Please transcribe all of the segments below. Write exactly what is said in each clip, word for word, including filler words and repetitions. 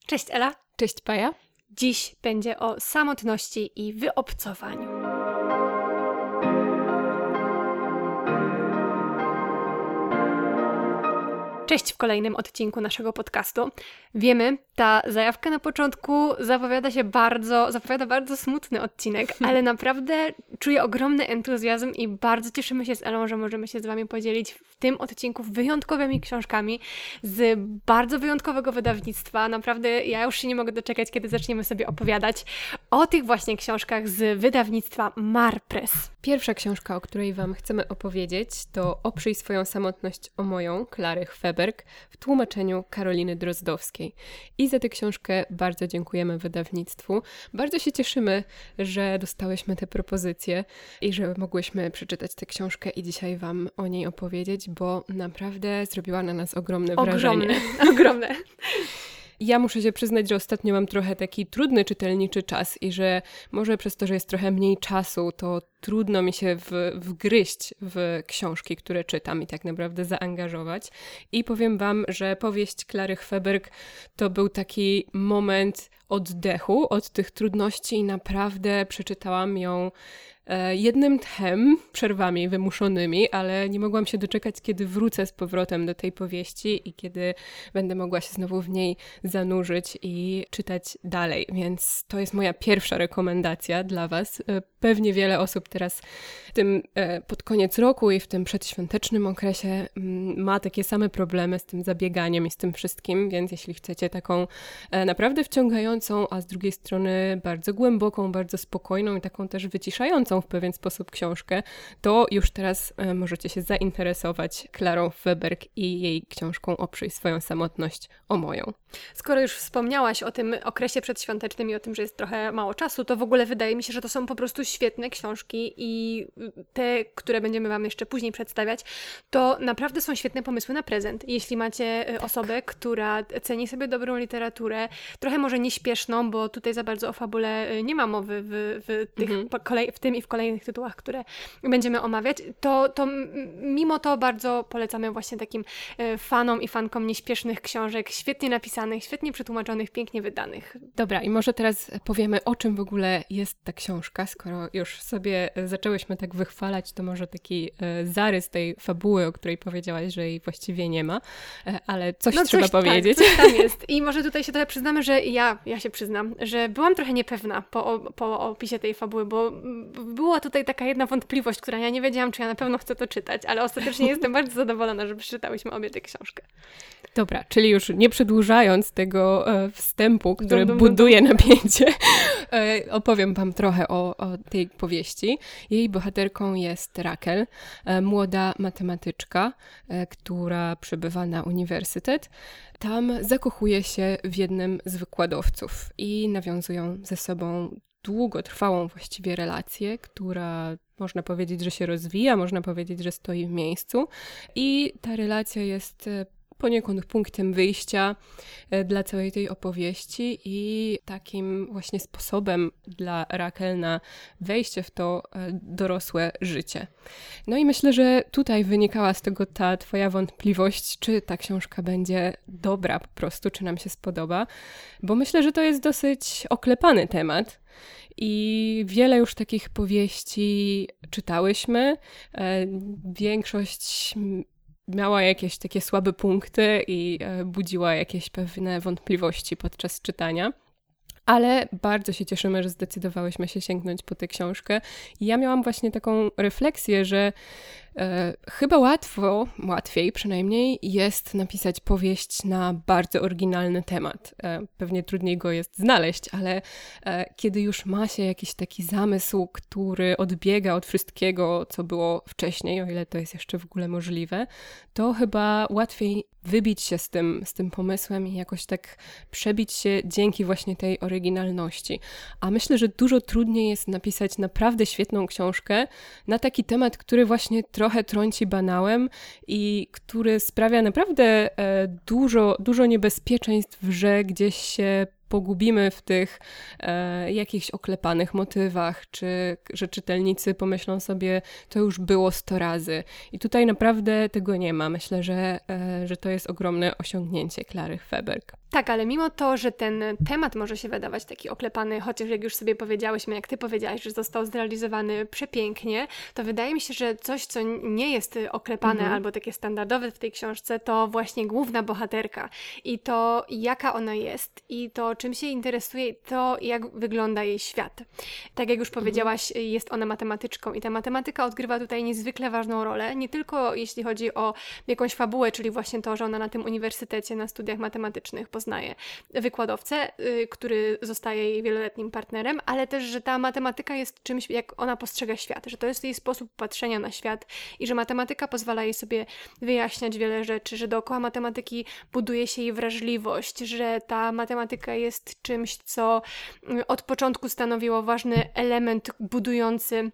Cześć Ela. Cześć Paja. Dziś będzie o samotności i wyobcowaniu. Cześć w kolejnym odcinku naszego podcastu. Wiemy, ta zajawka na początku zapowiada się bardzo, zapowiada bardzo smutny odcinek, ale naprawdę czuję ogromny entuzjazm i bardzo cieszymy się z Elą, że możemy się z Wami podzielić w tym odcinku wyjątkowymi książkami z bardzo wyjątkowego wydawnictwa. Naprawdę ja już się nie mogę doczekać, kiedy zaczniemy sobie opowiadać o tych właśnie książkach z wydawnictwa Marpress. Pierwsza książka, o której Wam chcemy opowiedzieć, to Oprzyj swoją samotność o moją, Klary Chweberg, w tłumaczeniu Karoliny Drozdowskiej. I za tę książkę bardzo dziękujemy wydawnictwu. Bardzo się cieszymy, że dostałyśmy te propozycje i że mogłyśmy przeczytać tę książkę i dzisiaj Wam o niej opowiedzieć, bo naprawdę zrobiła na nas ogromne wrażenie. Ogromne, ogromne. Ja muszę się przyznać, że ostatnio mam trochę taki trudny czytelniczy czas i że może przez to, że jest trochę mniej czasu, to trudno mi się w, wgryźć w książki, które czytam i tak naprawdę zaangażować. I powiem Wam, że powieść Klary Chweberg to był taki moment oddechu od tych trudności i naprawdę przeczytałam ją jednym tchem, przerwami wymuszonymi, ale nie mogłam się doczekać, kiedy wrócę z powrotem do tej powieści i kiedy będę mogła się znowu w niej zanurzyć i czytać dalej. Więc to jest moja pierwsza rekomendacja dla Was. Pewnie wiele osób teraz w tym pod koniec roku i w tym przedświątecznym okresie ma takie same problemy z tym zabieganiem i z tym wszystkim, więc jeśli chcecie taką naprawdę wciągającą, a z drugiej strony bardzo głęboką, bardzo spokojną i taką też wyciszającą w pewien sposób książkę, to już teraz możecie się zainteresować Klarą Chweberg i jej książką Oprzyj swoją samotność o moją. Skoro już wspomniałaś o tym okresie przedświątecznym i o tym, że jest trochę mało czasu, to w ogóle wydaje mi się, że to są po prostu świetne książki i te, które będziemy Wam jeszcze później przedstawiać, to naprawdę są świetne pomysły na prezent. Jeśli macie osobę, która ceni sobie dobrą literaturę, trochę może nieśpieszną, bo tutaj za bardzo o fabule nie ma mowy w, w, tych, mhm. kolej, w tym i w kolejnych tytułach, które będziemy omawiać, to, to mimo to bardzo polecamy właśnie takim fanom i fankom nieśpiesznych książek, świetnie napisanych, świetnie przetłumaczonych, pięknie wydanych. Dobra, i może teraz powiemy, o czym w ogóle jest ta książka, skoro już sobie zaczęłyśmy tak wychwalać, to może taki e, zarys tej fabuły, o której powiedziałaś, że jej właściwie nie ma, e, ale coś no trzeba coś, powiedzieć. Tak, coś tam jest. I może tutaj się trochę przyznamy, że ja, ja się przyznam, że byłam trochę niepewna po, po opisie tej fabuły, bo była tutaj taka jedna wątpliwość, która ja nie wiedziałam, czy ja na pewno chcę to czytać, ale ostatecznie jestem bardzo zadowolona, że przeczytałyśmy obie tę książkę. Dobra, czyli już nie przedłużając tego e, wstępu, który dum, dum, buduje dum. napięcie, e, opowiem Wam trochę o, o tej powieści. Jej bohaterką jest Rakel, e, młoda matematyczka, e, która przybywa na uniwersytet. Tam zakochuje się w jednym z wykładowców i nawiązują ze sobą długotrwałą właściwie relację, która można powiedzieć, że się rozwija, można powiedzieć, że stoi w miejscu i ta relacja jest e, poniekąd punktem wyjścia dla całej tej opowieści i takim właśnie sposobem dla Rakel na wejście w to dorosłe życie. No i myślę, że tutaj wynikała z tego ta twoja wątpliwość, czy ta książka będzie dobra po prostu, czy nam się spodoba, bo myślę, że to jest dosyć oklepany temat. I wiele już takich powieści czytałyśmy. Większość miała jakieś takie słabe punkty i budziła jakieś pewne wątpliwości podczas czytania. Ale bardzo się cieszymy, że zdecydowałyśmy się sięgnąć po tę książkę. I ja miałam właśnie taką refleksję, że e, chyba łatwo, łatwiej przynajmniej, jest napisać powieść na bardzo oryginalny temat. E, pewnie trudniej go jest znaleźć, ale e, kiedy już ma się jakiś taki zamysł, który odbiega od wszystkiego, co było wcześniej, o ile to jest jeszcze w ogóle możliwe, to chyba łatwiej wybić się z tym, z tym pomysłem i jakoś tak przebić się dzięki właśnie tej oryginalności. A myślę, że dużo trudniej jest napisać naprawdę świetną książkę na taki temat, który właśnie trochę trąci banałem i który sprawia naprawdę e, dużo, dużo niebezpieczeństw, że gdzieś się pogubimy w tych e, jakichś oklepanych motywach, czy że czytelnicy pomyślą sobie, to już było sto razy. I tutaj naprawdę tego nie ma. Myślę, że, e, że to jest ogromne osiągnięcie Clary Feberg. Tak, ale mimo to, że ten temat może się wydawać taki oklepany, chociaż jak już sobie powiedziałyśmy, jak ty powiedziałaś, że został zrealizowany przepięknie, to wydaje mi się, że coś, co nie jest oklepane mhm. albo takie standardowe w tej książce, to właśnie główna bohaterka i to, jaka ona jest i to, czym się interesuje i to, jak wygląda jej świat. Tak jak już powiedziałaś, mhm. jest ona matematyczką i ta matematyka odgrywa tutaj niezwykle ważną rolę, nie tylko jeśli chodzi o jakąś fabułę, czyli właśnie to, że ona na tym uniwersytecie, na studiach matematycznych poznaje wykładowcę, yy, który zostaje jej wieloletnim partnerem, ale też, że ta matematyka jest czymś, jak ona postrzega świat, że to jest jej sposób patrzenia na świat i że matematyka pozwala jej sobie wyjaśniać wiele rzeczy, że dookoła matematyki buduje się jej wrażliwość, że ta matematyka jest czymś, co od początku stanowiło ważny element budujący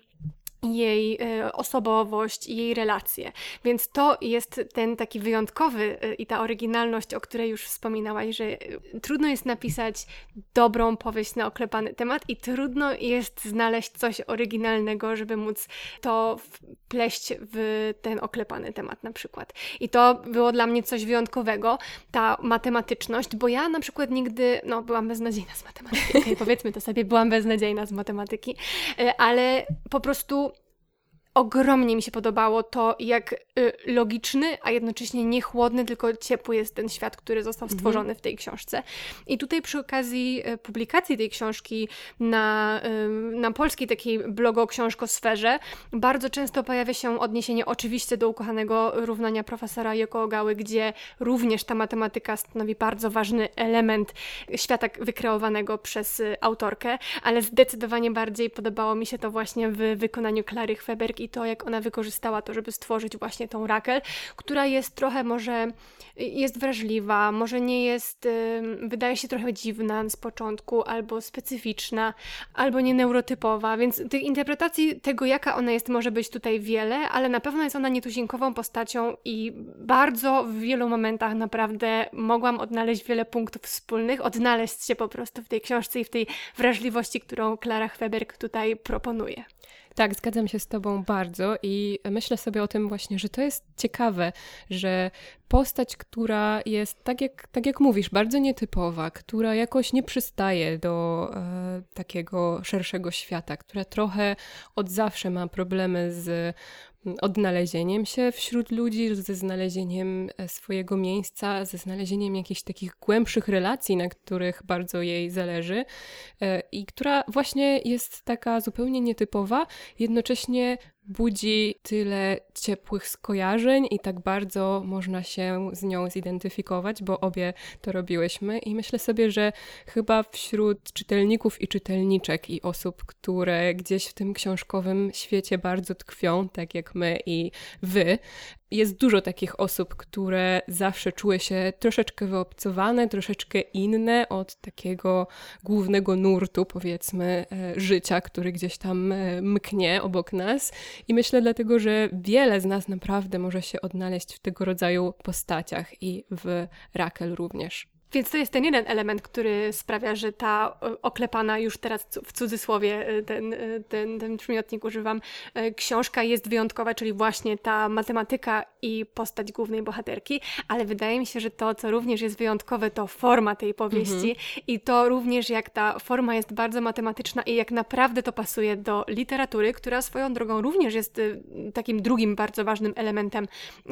jej e, osobowość i jej relacje. Więc to jest ten taki wyjątkowy e, i ta oryginalność, o której już wspominałaś, że e, trudno jest napisać dobrą powieść na oklepany temat i trudno jest znaleźć coś oryginalnego, żeby móc to wpleść w ten oklepany temat na przykład. I to było dla mnie coś wyjątkowego, ta matematyczność, bo ja na przykład nigdy, no byłam beznadziejna z matematyki, okay, powiedzmy to sobie, byłam beznadziejna z matematyki, e, ale po prostu ogromnie mi się podobało to, jak y, logiczny, a jednocześnie nie chłodny, tylko ciepły jest ten świat, który został stworzony w tej książce. I tutaj przy okazji y, publikacji tej książki na, y, na polskiej takiej blogo-książkosferze bardzo często pojawia się odniesienie oczywiście do ukochanego równania profesora Yoko Ogały, gdzie również ta matematyka stanowi bardzo ważny element świata wykreowanego przez y, autorkę, ale zdecydowanie bardziej podobało mi się to właśnie w wykonaniu Clary Feberg i to, jak ona wykorzystała to, żeby stworzyć właśnie tą Raquel, która jest trochę może, jest wrażliwa, może nie jest, wydaje się trochę dziwna z początku, albo specyficzna, albo nie neurotypowa, więc tych interpretacji tego, jaka ona jest, może być tutaj wiele, ale na pewno jest ona nietuzinkową postacią i bardzo w wielu momentach naprawdę mogłam odnaleźć wiele punktów wspólnych, odnaleźć się po prostu w tej książce i w tej wrażliwości, którą Clara Feberg tutaj proponuje. Tak, zgadzam się z tobą bardzo i myślę sobie o tym właśnie, że to jest ciekawe, że postać, która jest, tak jak, tak jak mówisz, bardzo nietypowa, która jakoś nie przystaje do e, takiego szerszego świata, która trochę od zawsze ma problemy z odnalezieniem się wśród ludzi, ze znalezieniem swojego miejsca, ze znalezieniem jakichś takich głębszych relacji, na których bardzo jej zależy i która właśnie jest taka zupełnie nietypowa, jednocześnie budzi tyle ciepłych skojarzeń i tak bardzo można się z nią zidentyfikować, bo obie to robiłyśmy i myślę sobie, że chyba wśród czytelników i czytelniczek i osób, które gdzieś w tym książkowym świecie bardzo tkwią, tak jak my i wy, jest dużo takich osób, które zawsze czuły się troszeczkę wyobcowane, troszeczkę inne od takiego głównego nurtu, powiedzmy, życia, który gdzieś tam mknie obok nas. I myślę dlatego, że wiele z nas naprawdę może się odnaleźć w tego rodzaju postaciach i w Raquel również. Więc to jest ten jeden element, który sprawia, że ta oklepana, już teraz w cudzysłowie ten, ten, ten przymiotnik używam, książka jest wyjątkowa, czyli właśnie ta matematyka i postać głównej bohaterki, ale wydaje mi się, że to, co również jest wyjątkowe, to forma tej powieści mhm. i to również jak ta forma jest bardzo matematyczna i jak naprawdę to pasuje do literatury, która swoją drogą również jest takim drugim bardzo ważnym elementem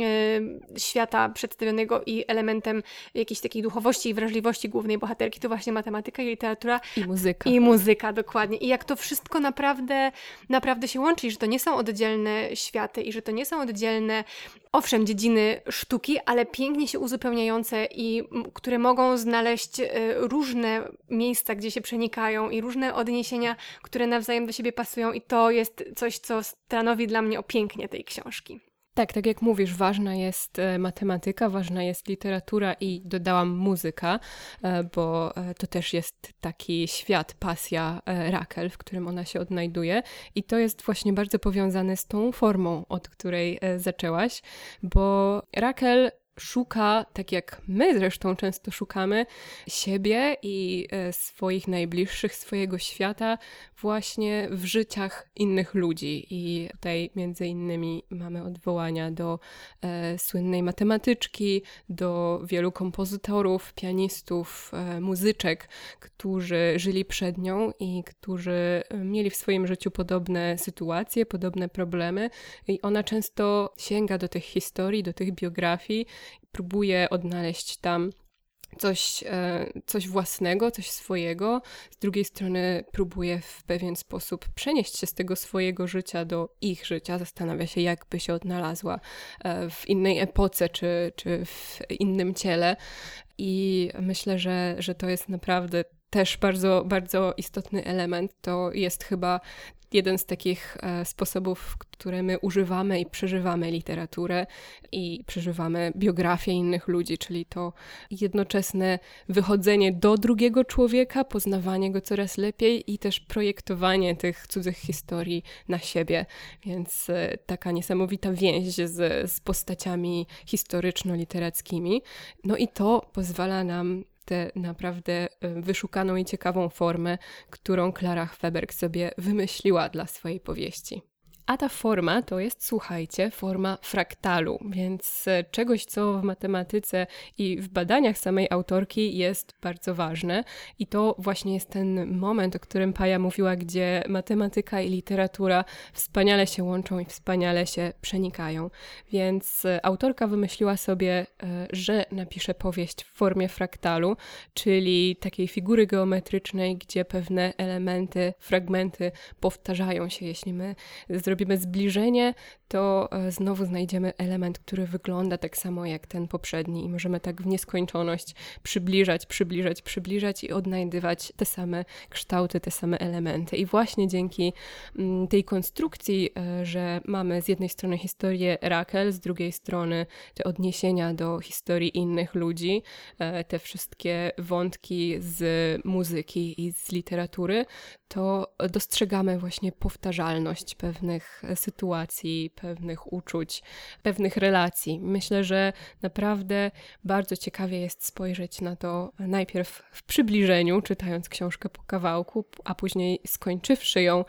y, świata przedstawionego i elementem jakiejś takiej duchowości i wrażliwości głównej bohaterki, to właśnie matematyka i literatura. I muzyka. I muzyka, dokładnie. I jak to wszystko naprawdę, naprawdę się łączy, i że to nie są oddzielne światy i że to nie są oddzielne, owszem, dziedziny sztuki, ale pięknie się uzupełniające i m, które mogą znaleźć y, różne miejsca, gdzie się przenikają i różne odniesienia, które nawzajem do siebie pasują i to jest coś, co stanowi dla mnie o pięknie tej książki. Tak, tak jak mówisz, ważna jest matematyka, ważna jest literatura i dodałam muzyka, bo to też jest taki świat, pasja Raquel, w którym ona się odnajduje i to jest właśnie bardzo powiązane z tą formą, od której zaczęłaś, bo Raquel szuka, tak jak my zresztą często szukamy, siebie i swoich najbliższych, swojego świata właśnie w życiach innych ludzi. I tutaj między innymi mamy odwołania do e, słynnej matematyczki, do wielu kompozytorów, pianistów, e, muzyczek, którzy żyli przed nią i którzy mieli w swoim życiu podobne sytuacje, podobne problemy. I ona często sięga do tych historii, do tych biografii, próbuje odnaleźć tam coś, coś własnego, coś swojego. Z drugiej strony próbuje w pewien sposób przenieść się z tego swojego życia do ich życia. Zastanawia się, jak by się odnalazła w innej epoce czy, czy w innym ciele. I myślę, że, że to jest naprawdę też bardzo, bardzo istotny element. To jest chyba jeden z takich e, sposobów, które my używamy i przeżywamy literaturę i przeżywamy biografię innych ludzi, czyli to jednoczesne wychodzenie do drugiego człowieka, poznawanie go coraz lepiej i też projektowanie tych cudzych historii na siebie. Więc e, taka niesamowita więź z, z postaciami historyczno-literackimi. No i to pozwala nam tę naprawdę wyszukaną i ciekawą formę, którą Klara Chweberg sobie wymyśliła dla swojej powieści. A ta forma to jest, słuchajcie, forma fraktalu, więc czegoś, co w matematyce i w badaniach samej autorki jest bardzo ważne. I to właśnie jest ten moment, o którym Paja mówiła, gdzie matematyka i literatura wspaniale się łączą i wspaniale się przenikają. Więc autorka wymyśliła sobie, że napisze powieść w formie fraktalu, czyli takiej figury geometrycznej, gdzie pewne elementy, fragmenty powtarzają się. Jeśli my zrobimy Zrobimy zbliżenie, to znowu znajdziemy element, który wygląda tak samo jak ten poprzedni i możemy tak w nieskończoność przybliżać, przybliżać, przybliżać i odnajdywać te same kształty, te same elementy. I właśnie dzięki tej konstrukcji, że mamy z jednej strony historię Rakel, z drugiej strony te odniesienia do historii innych ludzi, te wszystkie wątki z muzyki i z literatury, to dostrzegamy właśnie powtarzalność pewnych sytuacji, pewnych uczuć, pewnych relacji. Myślę, że naprawdę bardzo ciekawie jest spojrzeć na to najpierw w przybliżeniu, czytając książkę po kawałku, a później skończywszy ją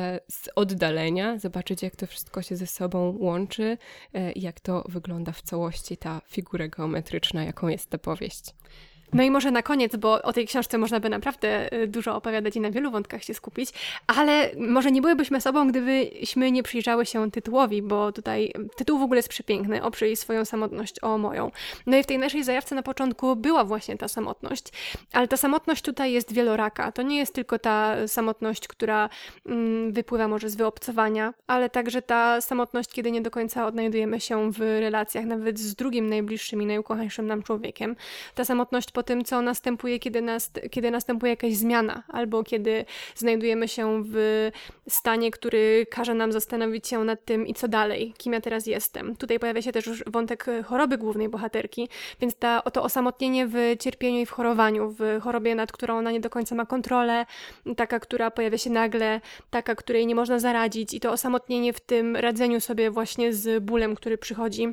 z oddalenia, zobaczyć, jak to wszystko się ze sobą łączy, jak to wygląda w całości ta figura geometryczna, jaką jest ta powieść. No i może na koniec, bo o tej książce można by naprawdę dużo opowiadać i na wielu wątkach się skupić, ale może nie byłybyśmy sobą, gdybyśmy nie przyjrzały się tytułowi, bo tutaj tytuł w ogóle jest przepiękny, Oprzyj swoją samotność o moją. No i w tej naszej zajawce na początku była właśnie ta samotność, ale ta samotność tutaj jest wieloraka. To nie jest tylko ta samotność, która mm, wypływa może z wyobcowania, ale także ta samotność, kiedy nie do końca odnajdujemy się w relacjach, nawet z drugim najbliższym i najukochańszym nam człowiekiem. Ta samotność po tym, co następuje, kiedy, nas, kiedy następuje jakaś zmiana, albo kiedy znajdujemy się w stanie, który każe nam zastanowić się nad tym i co dalej, kim ja teraz jestem. Tutaj pojawia się też już wątek choroby głównej bohaterki, więc ta, to osamotnienie w cierpieniu i w chorowaniu, w chorobie, nad którą ona nie do końca ma kontrolę, taka, która pojawia się nagle, taka, której nie można zaradzić i to osamotnienie w tym radzeniu sobie właśnie z bólem, który przychodzi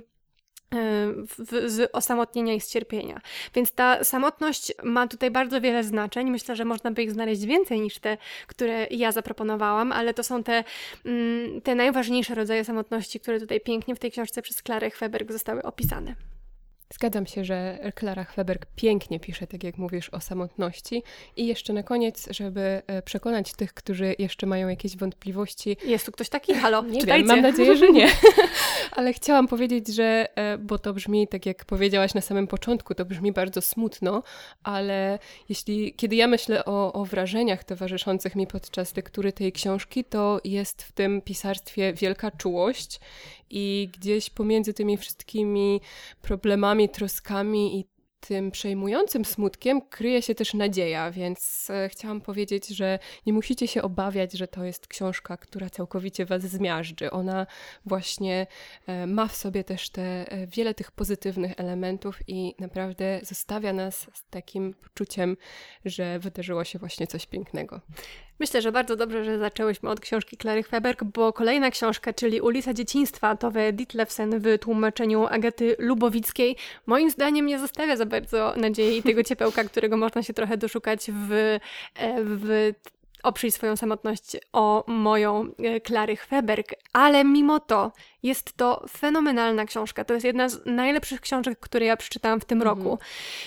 W, z osamotnienia i z cierpienia. Więc ta samotność ma tutaj bardzo wiele znaczeń. Myślę, że można by ich znaleźć więcej niż te, które ja zaproponowałam, ale to są te, te najważniejsze rodzaje samotności, które tutaj pięknie w tej książce przez Klarę Chweberg zostały opisane. Zgadzam się, że Klara Chweberg pięknie pisze, tak jak mówisz, o samotności. I jeszcze na koniec, żeby przekonać tych, którzy jeszcze mają jakieś wątpliwości. Jest tu ktoś taki? Halo, nie czytajcie. Wiem, mam nadzieję, że nie. Ale chciałam powiedzieć, że, bo to brzmi, tak jak powiedziałaś na samym początku, to brzmi bardzo smutno, ale jeśli, kiedy ja myślę o, o wrażeniach towarzyszących mi podczas lektury tej książki, to jest w tym pisarstwie wielka czułość i gdzieś pomiędzy tymi wszystkimi problemami, troskami i tym przejmującym smutkiem kryje się też nadzieja, więc e, chciałam powiedzieć, że nie musicie się obawiać, że to jest książka, która całkowicie was zmiażdży. Ona właśnie e, ma w sobie też te e, wiele tych pozytywnych elementów i naprawdę zostawia nas z takim poczuciem, że wydarzyło się właśnie coś pięknego. Myślę, że bardzo dobrze, że zaczęłyśmy od książki Clary Feberg, bo kolejna książka, czyli Ulica Dzieciństwa, Tove Ditlevsen w tłumaczeniu Agaty Lubowickiej, moim zdaniem nie zostawia za bardzo nadziei i tego ciepełka, którego można się trochę doszukać w, w Oprzyj swoją samotność o moją Clary Feberg, ale mimo to jest to fenomenalna książka. To jest jedna z najlepszych książek, które ja przeczytałam w tym mhm. roku.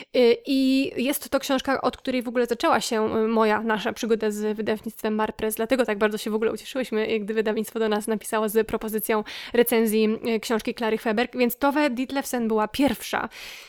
I jest to książka, od której w ogóle zaczęła się moja, nasza przygoda z wydawnictwem Marpress, dlatego tak bardzo się w ogóle ucieszyłyśmy, gdy wydawnictwo do nas napisało z propozycją recenzji książki Clary Feberg, więc Tove Ditlevsen była pierwsza.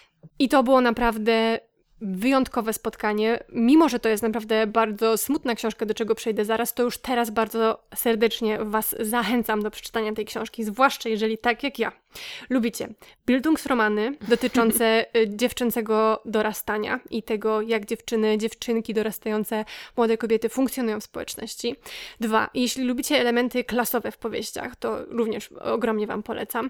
I to było naprawdę wyjątkowe spotkanie. Mimo że to jest naprawdę bardzo smutna książka, do czego przejdę zaraz, to już teraz bardzo serdecznie Was zachęcam do przeczytania tej książki, zwłaszcza jeżeli tak jak ja lubicie Bildungsromany dotyczące dziewczęcego dorastania i tego, jak dziewczyny, dziewczynki dorastające, młode kobiety funkcjonują w społeczności. Dwa, jeśli lubicie elementy klasowe w powieściach, to również ogromnie Wam polecam.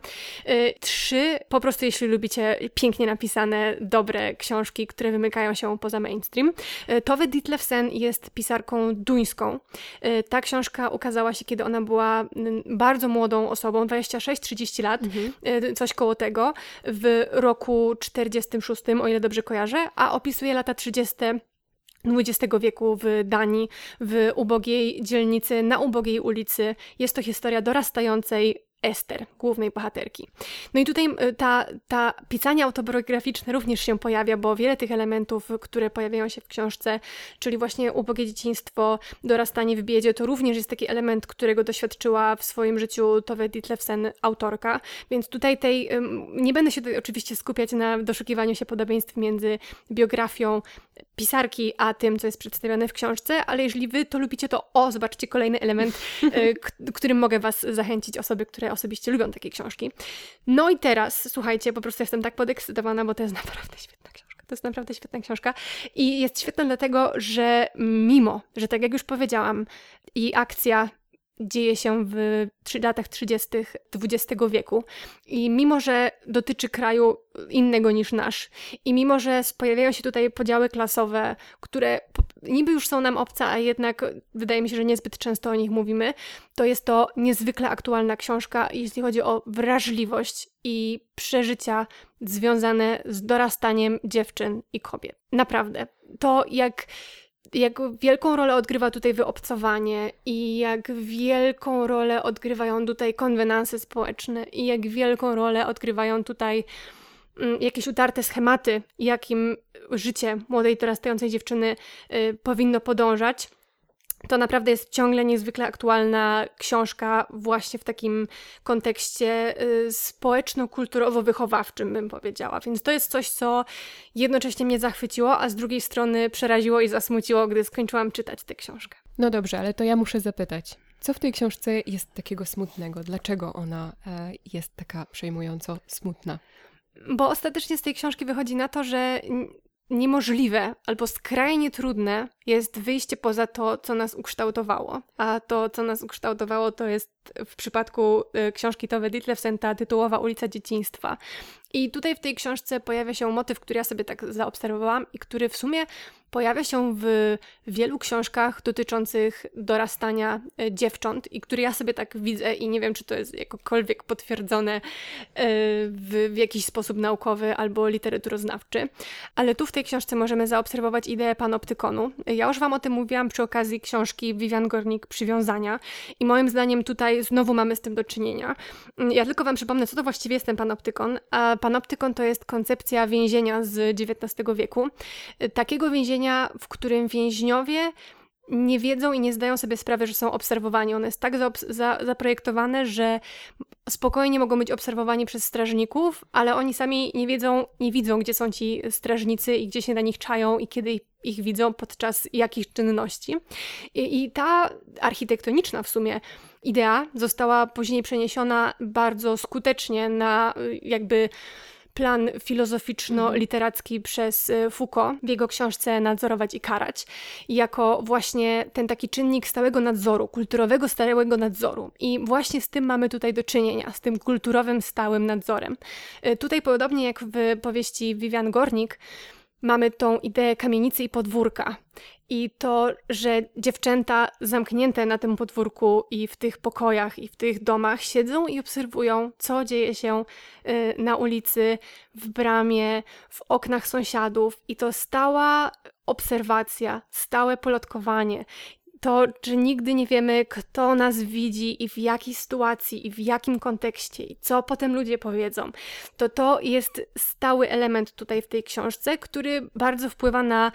Trzy, po prostu jeśli lubicie pięknie napisane, dobre książki, które wymykają się poza mainstream. Tove Ditlevsen jest pisarką duńską. Ta książka ukazała się, kiedy ona była bardzo młodą osobą, dwadzieścia sześć trzydzieści lat, mhm. coś koło tego, w roku czterdziestym szóstym, o ile dobrze kojarzę, a opisuje lata trzydzieste dwudziestego wieku w Danii, w ubogiej dzielnicy, na ubogiej ulicy. Jest to historia dorastającej Ester, głównej bohaterki. No i tutaj ta, ta pisanie autobiograficzne również się pojawia, bo wiele tych elementów, które pojawiają się w książce, czyli właśnie ubogie dzieciństwo, dorastanie w biedzie, to również jest taki element, którego doświadczyła w swoim życiu Tove Ditlevsen, autorka. Więc tutaj tej, nie będę się tutaj oczywiście skupiać na doszukiwaniu się podobieństw między biografią pisarki, a tym, co jest przedstawione w książce, ale jeżeli wy to lubicie, to o, zobaczcie kolejny element, k- którym mogę was zachęcić, osoby, które osobiście lubią takie książki. No i teraz, słuchajcie, po prostu jestem tak podekscytowana, bo to jest naprawdę świetna książka. To jest naprawdę świetna książka i jest świetna dlatego, że mimo, że tak jak już powiedziałam, i akcja dzieje się w latach trzydziestych dwudziestego wieku i mimo, że dotyczy kraju innego niż nasz i mimo, że pojawiają się tutaj podziały klasowe, które niby już są nam obce, a jednak wydaje mi się, że niezbyt często o nich mówimy, to jest to niezwykle aktualna książka, jeśli chodzi o wrażliwość i przeżycia związane z dorastaniem dziewczyn i kobiet. Naprawdę. To jak jak wielką rolę odgrywa tutaj wyobcowanie i jak wielką rolę odgrywają tutaj konwenanse społeczne i jak wielką rolę odgrywają tutaj mm, jakieś utarte schematy, jakim życie młodej, dorastającej dziewczyny y, powinno podążać. To naprawdę jest ciągle niezwykle aktualna książka właśnie w takim kontekście y, społeczno-kulturowo-wychowawczym, bym powiedziała. Więc to jest coś, co jednocześnie mnie zachwyciło, a z drugiej strony przeraziło i zasmuciło, gdy skończyłam czytać tę książkę. No dobrze, ale to ja muszę zapytać, co w tej książce jest takiego smutnego? Dlaczego ona e, jest taka przejmująco smutna? Bo ostatecznie z tej książki wychodzi na to, że niemożliwe albo skrajnie trudne jest wyjście poza to, co nas ukształtowało. A to, co nas ukształtowało, to jest w przypadku y, książki Tove Ditlevsen ta tytułowa Ulica Dzieciństwa. I tutaj w tej książce pojawia się motyw, który ja sobie tak zaobserwowałam i który w sumie pojawia się w wielu książkach dotyczących dorastania y, dziewcząt i który ja sobie tak widzę i nie wiem, czy to jest jakokolwiek potwierdzone y, w, w jakiś sposób naukowy albo literaturoznawczy. Ale tu w tej książce możemy zaobserwować ideę panoptykonu. Ja już wam o tym mówiłam przy okazji książki Vivian Gornick Przywiązania i moim zdaniem tutaj znowu mamy z tym do czynienia. Ja tylko wam przypomnę, co to właściwie jest ten panoptykon. A panoptykon to jest koncepcja więzienia z dziewiętnastego wieku. Takiego więzienia, w którym więźniowie nie wiedzą i nie zdają sobie sprawy, że są obserwowani. One jest tak zaobs- za- zaprojektowane, że spokojnie mogą być obserwowani przez strażników, ale oni sami nie wiedzą, nie widzą, gdzie są ci strażnicy i gdzie się na nich czają i kiedy ich widzą podczas jakich czynności. I, i ta architektoniczna w sumie idea została później przeniesiona bardzo skutecznie na jakby plan filozoficzno-literacki mhm. przez Foucault w jego książce Nadzorować i karać, jako właśnie ten taki czynnik stałego nadzoru, kulturowego stałego nadzoru. I właśnie z tym mamy tutaj do czynienia, z tym kulturowym stałym nadzorem. Tutaj podobnie jak w powieści Vivian Gornick, mamy tą ideę kamienicy i podwórka. I to, że dziewczęta zamknięte na tym podwórku i w tych pokojach i w tych domach siedzą i obserwują, co dzieje się y, na ulicy, w bramie, w oknach sąsiadów. I to stała obserwacja, stałe plotkowanie. To, że nigdy nie wiemy, kto nas widzi i w jakiej sytuacji i w jakim kontekście i co potem ludzie powiedzą, to to jest stały element tutaj w tej książce, który bardzo wpływa na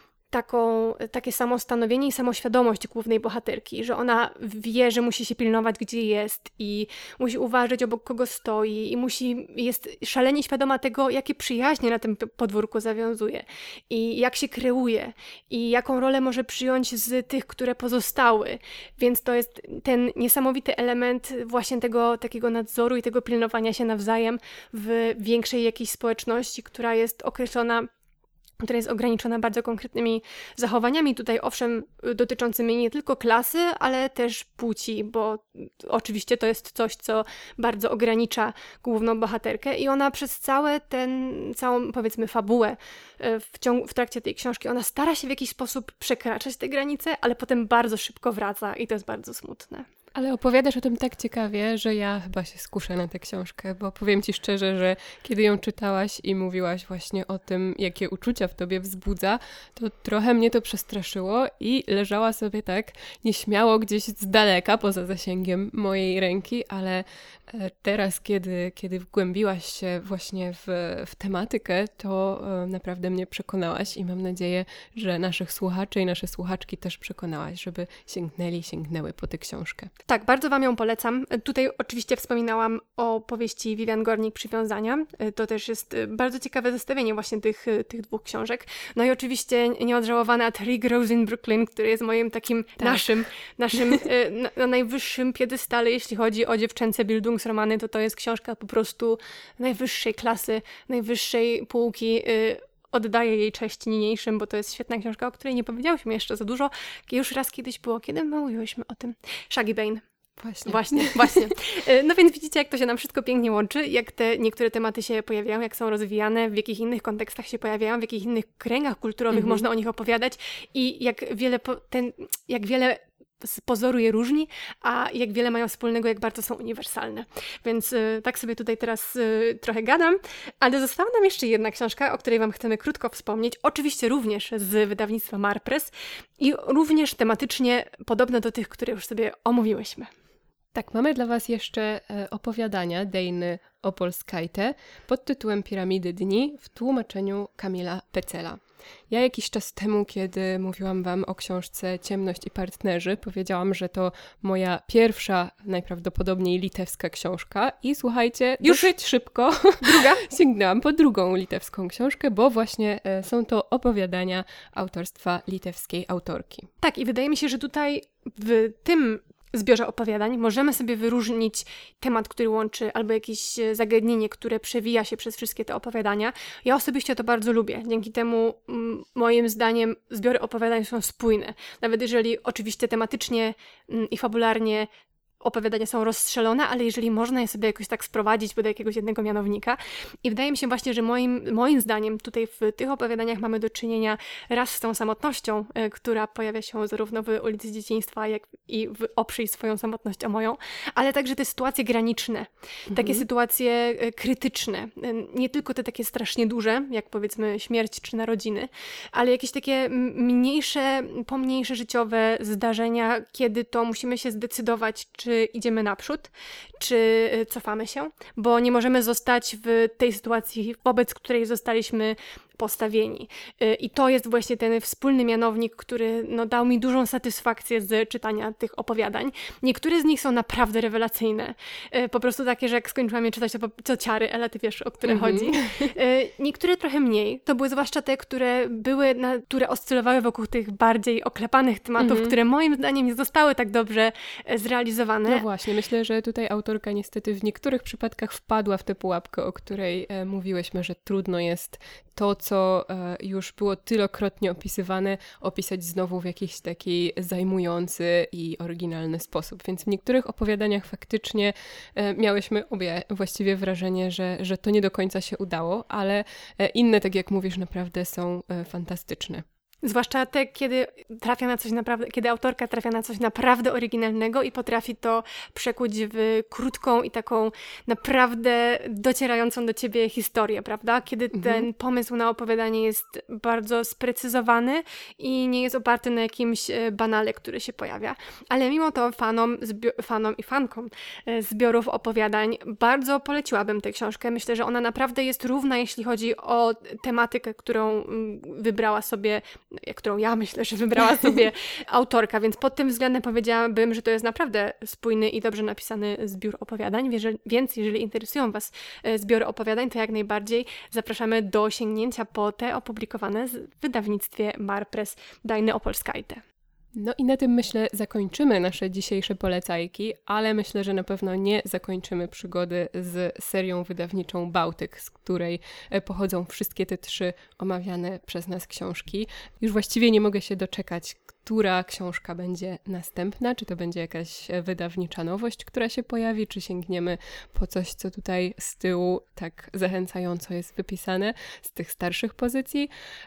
taką, takie samostanowienie i samoświadomość głównej bohaterki, że ona wie, że musi się pilnować, gdzie jest i musi uważać, obok kogo stoi i musi, jest szalenie świadoma tego, jakie przyjaźnie na tym podwórku zawiązuje i jak się kreuje i jaką rolę może przyjąć z tych, które pozostały. Więc to jest ten niesamowity element właśnie tego takiego nadzoru i tego pilnowania się nawzajem w większej jakiejś społeczności, która jest określona która jest ograniczona bardzo konkretnymi zachowaniami, tutaj owszem dotyczącymi nie tylko klasy, ale też płci, bo oczywiście to jest coś, co bardzo ogranicza główną bohaterkę i ona przez całe ten, całą powiedzmy fabułę w, ciągu, w trakcie tej książki, ona stara się w jakiś sposób przekraczać te granice, ale potem bardzo szybko wraca i to jest bardzo smutne. Ale opowiadasz o tym tak ciekawie, że ja chyba się skuszę na tę książkę, bo powiem ci szczerze, że kiedy ją czytałaś i mówiłaś właśnie o tym, jakie uczucia w tobie wzbudza, to trochę mnie to przestraszyło i leżała sobie tak nieśmiało gdzieś z daleka, poza zasięgiem mojej ręki, ale teraz, kiedy, kiedy wgłębiłaś się właśnie w, w tematykę, to naprawdę mnie przekonałaś i mam nadzieję, że naszych słuchaczy i nasze słuchaczki też przekonałaś, żeby sięgnęli, sięgnęły po tę książkę. Tak, bardzo wam ją polecam. Tutaj oczywiście wspominałam o powieści Vivian Gornick Przywiązania. To też jest bardzo ciekawe zestawienie właśnie tych, tych dwóch książek. No i oczywiście nieodżałowana Three Girls in Brooklyn, który jest moim takim tak. naszym, naszym na, na najwyższym piedestale, jeśli chodzi o dziewczęce Bildungsromany, to to jest książka po prostu najwyższej klasy, najwyższej półki. Oddaję jej cześć niniejszym, bo to jest świetna książka, o której nie powiedziałyśmy jeszcze za dużo. Już raz kiedyś było, kiedy mówiłyśmy o tym. Shaggy Bane. Właśnie. Właśnie, właśnie. No więc widzicie, jak to się nam wszystko pięknie łączy, jak te niektóre tematy się pojawiają, jak są rozwijane, w jakich innych kontekstach się pojawiają, w jakich innych kręgach kulturowych mhm. można o nich opowiadać i jak wiele, po, ten, jak wiele z pozoru je różni, a jak wiele mają wspólnego, jak bardzo są uniwersalne. Więc y, tak sobie tutaj teraz y, trochę gadam, ale została nam jeszcze jedna książka, o której wam chcemy krótko wspomnieć, oczywiście również z wydawnictwa Marpress i również tematycznie podobne do tych, które już sobie omówiłyśmy. Tak, mamy dla was jeszcze opowiadania Dejny Opolskajte pod tytułem Piramidy Dni w tłumaczeniu Kamila Pecela. Ja jakiś czas temu, kiedy mówiłam wam o książce Ciemność i partnerzy, powiedziałam, że to moja pierwsza, najprawdopodobniej litewska książka i słuchajcie, już dosyć szybko druga sięgnęłam po drugą litewską książkę, bo właśnie e, są to opowiadania autorstwa litewskiej autorki. Tak, i wydaje mi się, że tutaj w tym zbiorze opowiadań możemy sobie wyróżnić temat, który łączy, albo jakieś zagadnienie, które przewija się przez wszystkie te opowiadania. Ja osobiście to bardzo lubię. Dzięki temu m, moim zdaniem zbiory opowiadań są spójne. Nawet jeżeli oczywiście tematycznie m, i fabularnie opowiadania są rozstrzelone, ale jeżeli można je sobie jakoś tak sprowadzić do jakiegoś jednego mianownika. I wydaje mi się właśnie, że moim, moim zdaniem tutaj w tych opowiadaniach mamy do czynienia raz z tą samotnością, y, która pojawia się zarówno w Ulicy Dzieciństwa, jak i w Oprzyj swoją samotność o moją, ale także te sytuacje graniczne, mhm. takie sytuacje y, krytyczne. Y, nie tylko te takie strasznie duże, jak powiedzmy śmierć czy narodziny, ale jakieś takie mniejsze, pomniejsze życiowe zdarzenia, kiedy to musimy się zdecydować, czy czy idziemy naprzód, czy cofamy się, bo nie możemy zostać w tej sytuacji, wobec której zostaliśmy postawieni. I to jest właśnie ten wspólny mianownik, który no, dał mi dużą satysfakcję z czytania tych opowiadań. Niektóre z nich są naprawdę rewelacyjne. Po prostu takie, że jak skończyłam je czytać, to, to ciary, Ela, ty wiesz, o które mm-hmm. chodzi. Niektóre trochę mniej. To były zwłaszcza te, które były, na, które oscylowały wokół tych bardziej oklepanych tematów, mm-hmm. które moim zdaniem nie zostały tak dobrze zrealizowane. No właśnie, myślę, że tutaj autorka niestety w niektórych przypadkach wpadła w tę pułapkę, o której e, mówiłyśmy, że trudno jest to, co e, już było tylokrotnie opisywane, opisać znowu w jakiś taki zajmujący i oryginalny sposób. Więc w niektórych opowiadaniach faktycznie e, miałyśmy obie właściwie wrażenie, że, że to nie do końca się udało, ale e, inne, tak jak mówisz, naprawdę są e, fantastyczne. Zwłaszcza te, kiedy trafia na coś naprawdę, kiedy autorka trafia na coś naprawdę oryginalnego i potrafi to przekuć w krótką i taką naprawdę docierającą do ciebie historię, prawda? Kiedy mhm. ten pomysł na opowiadanie jest bardzo sprecyzowany i nie jest oparty na jakimś banale, który się pojawia. Ale mimo to fanom, zbi- fanom i fankom zbiorów opowiadań bardzo poleciłabym tę książkę. Myślę, że ona naprawdę jest równa, jeśli chodzi o tematykę, którą wybrała sobie którą ja myślę, że wybrała sobie autorka, więc pod tym względem powiedziałabym, że to jest naprawdę spójny i dobrze napisany zbiór opowiadań, więc jeżeli interesują Was zbiory opowiadań, to jak najbardziej zapraszamy do sięgnięcia po te opublikowane w wydawnictwie Marpress Dajny Opolskajte. No i na tym, myślę, zakończymy nasze dzisiejsze polecajki, ale myślę, że na pewno nie zakończymy przygody z serią wydawniczą Bałtyk, z której pochodzą wszystkie te trzy omawiane przez nas książki. Już właściwie nie mogę się doczekać, która książka będzie następna, czy to będzie jakaś wydawnicza nowość, która się pojawi, czy sięgniemy po coś, co tutaj z tyłu tak zachęcająco jest wypisane z tych starszych pozycji,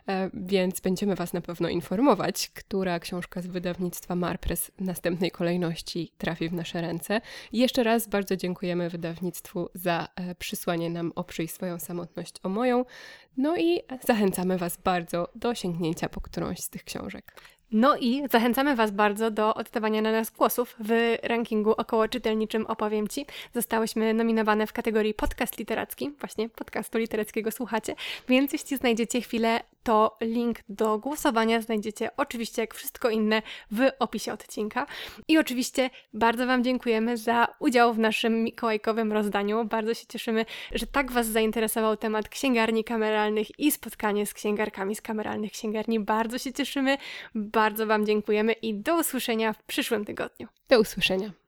więc będziemy Was na pewno informować, która książka z wydawnictwa Marpress w następnej kolejności trafi w nasze ręce. I jeszcze raz bardzo dziękujemy wydawnictwu za przysłanie nam Oprzyj swoją samotność o moją, no i zachęcamy Was bardzo do sięgnięcia po którąś z tych książek. No i zachęcamy Was bardzo do oddawania na nas głosów w rankingu około czytelniczym Opowiem Ci. Zostałyśmy nominowane w kategorii podcast literacki, właśnie podcastu literackiego słuchacie, więc jeśli znajdziecie chwilę, to link do głosowania znajdziecie oczywiście jak wszystko inne w opisie odcinka. I oczywiście bardzo Wam dziękujemy za udział w naszym mikołajkowym rozdaniu. Bardzo się cieszymy, że tak Was zainteresował temat księgarni kameralnych i spotkanie z księgarkami z kameralnych księgarni. Bardzo się cieszymy, bardzo Wam dziękujemy i do usłyszenia w przyszłym tygodniu. Do usłyszenia.